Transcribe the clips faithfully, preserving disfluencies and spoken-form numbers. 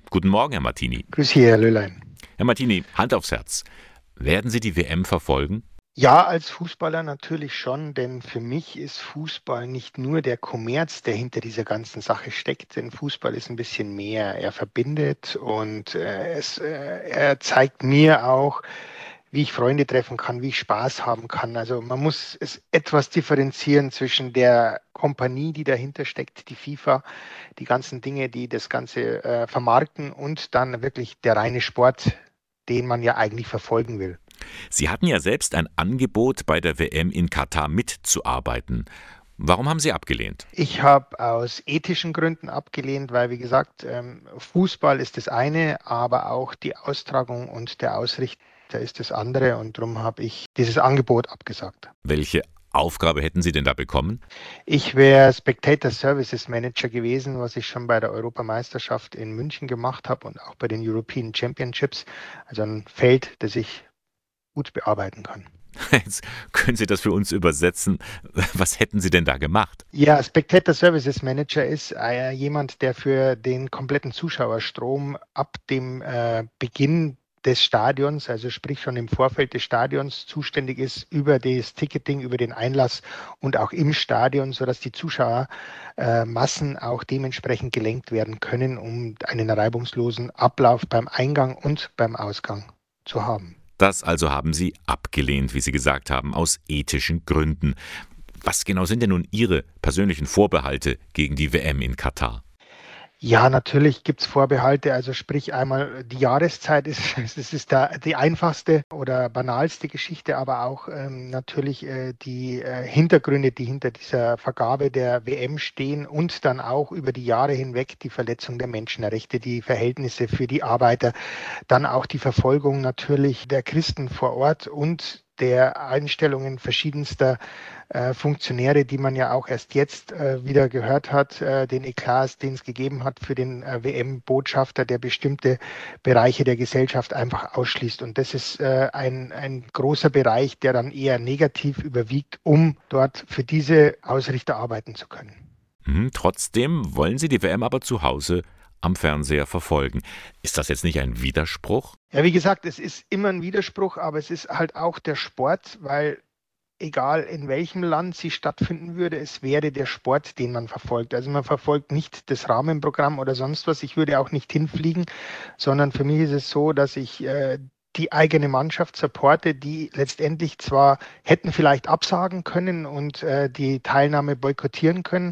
Guten Morgen, Herr Martini. Grüß Sie, Herr Löhlein. Herr Martini, Hand aufs Herz. Werden Sie die W M verfolgen? Ja, als Fußballer natürlich schon, denn für mich ist Fußball nicht nur der Kommerz, der hinter dieser ganzen Sache steckt, denn Fußball ist ein bisschen mehr. Er verbindet und äh, es, äh, er zeigt mir auch, wie ich Freunde treffen kann, wie ich Spaß haben kann. Also man muss es etwas differenzieren zwischen der Kompanie, die dahinter steckt, die FIFA, die ganzen Dinge, die das Ganze äh, vermarkten und dann wirklich der reine Sport, den man ja eigentlich verfolgen will. Sie hatten ja selbst ein Angebot, bei der W M in Katar mitzuarbeiten. Warum haben Sie abgelehnt? Ich habe aus ethischen Gründen abgelehnt, weil, wie gesagt, ähm, Fußball ist das eine, aber auch die Austragung und der Ausrichter ist das andere. Und darum habe ich dieses Angebot abgesagt. Welche Aufgabe hätten Sie denn da bekommen? Ich wäre Spectator Services Manager gewesen, was ich schon bei der Europameisterschaft in München gemacht habe und auch bei den European Championships. Also ein Feld, das ich gut bearbeiten kann. Jetzt können Sie das für uns übersetzen. Was hätten Sie denn da gemacht? Ja, Spectator Services Manager ist äh, jemand, der für den kompletten Zuschauerstrom ab dem äh, Beginn des Stadions, also sprich schon im Vorfeld des Stadions, zuständig ist über das Ticketing, über den Einlass und auch im Stadion, sodass die Zuschauermassen äh, auch dementsprechend gelenkt werden können, um einen reibungslosen Ablauf beim Eingang und beim Ausgang zu haben. Das also haben Sie abgelehnt, wie Sie gesagt haben, aus ethischen Gründen. Was genau sind denn nun Ihre persönlichen Vorbehalte gegen die W M in Katar? Ja, natürlich gibt's Vorbehalte. Also sprich einmal die Jahreszeit ist, das ist da die einfachste oder banalste Geschichte, aber auch ähm, natürlich äh, die äh, Hintergründe, die hinter dieser Vergabe der W M stehen und dann auch über die Jahre hinweg die Verletzung der Menschenrechte, die Verhältnisse für die Arbeiter, dann auch die Verfolgung natürlich der Christen vor Ort und der Einstellungen verschiedenster äh, Funktionäre, die man ja auch erst jetzt äh, wieder gehört hat, äh, den Eklats, den es gegeben hat für den äh, W M-Botschafter, der bestimmte Bereiche der Gesellschaft einfach ausschließt. Und das ist äh, ein, ein großer Bereich, der dann eher negativ überwiegt, um dort für diese Ausrichter arbeiten zu können. Mhm, trotzdem wollen Sie die W M aber zu Hause am Fernseher verfolgen. Ist das jetzt nicht ein Widerspruch? Ja, wie gesagt, es ist immer ein Widerspruch, aber es ist halt auch der Sport, weil egal in welchem Land sie stattfinden würde, es wäre der Sport, den man verfolgt. Also man verfolgt nicht das Rahmenprogramm oder sonst was. Ich würde auch nicht hinfliegen, sondern für mich ist es so, dass ich äh, die eigene Mannschaft supporte, die letztendlich zwar hätten vielleicht absagen können und äh, die Teilnahme boykottieren können,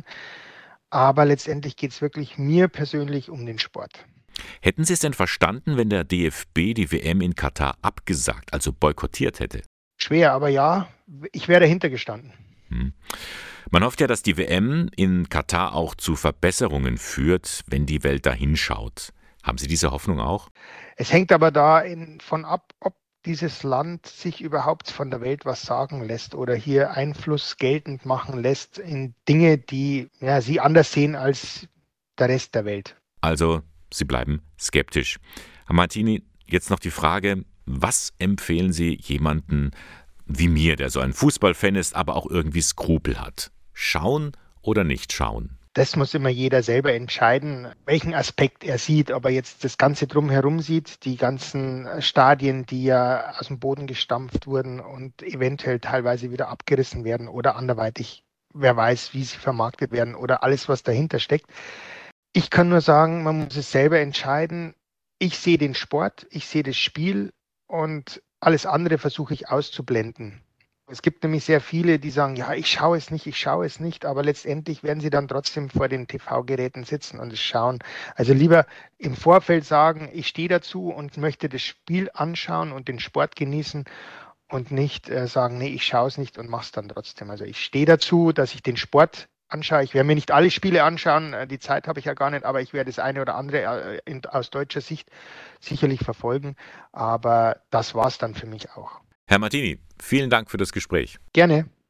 aber letztendlich geht es wirklich mir persönlich um den Sport. Hätten Sie es denn verstanden, wenn der D F B die W M in Katar abgesagt, also boykottiert hätte? Schwer, aber ja, ich wäre dahinter gestanden. Hm. Man hofft ja, dass die W M in Katar auch zu Verbesserungen führt, wenn die Welt da hinschaut. Haben Sie diese Hoffnung auch? Es hängt aber da in, von ab, ob dieses Land sich überhaupt von der Welt was sagen lässt oder hier Einfluss geltend machen lässt in Dinge, die ja, sie anders sehen als der Rest der Welt. Also, Sie bleiben skeptisch. Herr Martini, jetzt noch die Frage, was empfehlen Sie jemanden wie mir, der so ein Fußballfan ist, aber auch irgendwie Skrupel hat? Schauen oder nicht schauen? Das muss immer jeder selber entscheiden, welchen Aspekt er sieht, ob er jetzt das Ganze drumherum sieht, die ganzen Stadien, die ja aus dem Boden gestampft wurden und eventuell teilweise wieder abgerissen werden oder anderweitig, wer weiß, wie sie vermarktet werden oder alles, was dahinter steckt. Ich kann nur sagen, man muss es selber entscheiden. Ich sehe den Sport, ich sehe das Spiel und alles andere versuche ich auszublenden. Es gibt nämlich sehr viele, die sagen, ja, ich schaue es nicht, ich schaue es nicht, aber letztendlich werden sie dann trotzdem vor den T V-Geräten sitzen und es schauen. Also lieber im Vorfeld sagen, ich stehe dazu und möchte das Spiel anschauen und den Sport genießen und nicht äh, sagen, nee, ich schaue es nicht und mache es dann trotzdem. Also ich stehe dazu, dass ich den Sport anschaue. Ich werde mir nicht alle Spiele anschauen, äh, die Zeit habe ich ja gar nicht, aber ich werde das eine oder andere äh, in, aus deutscher Sicht sicherlich verfolgen. Aber das war es dann für mich auch. Herr Martini, vielen Dank für das Gespräch. Gerne.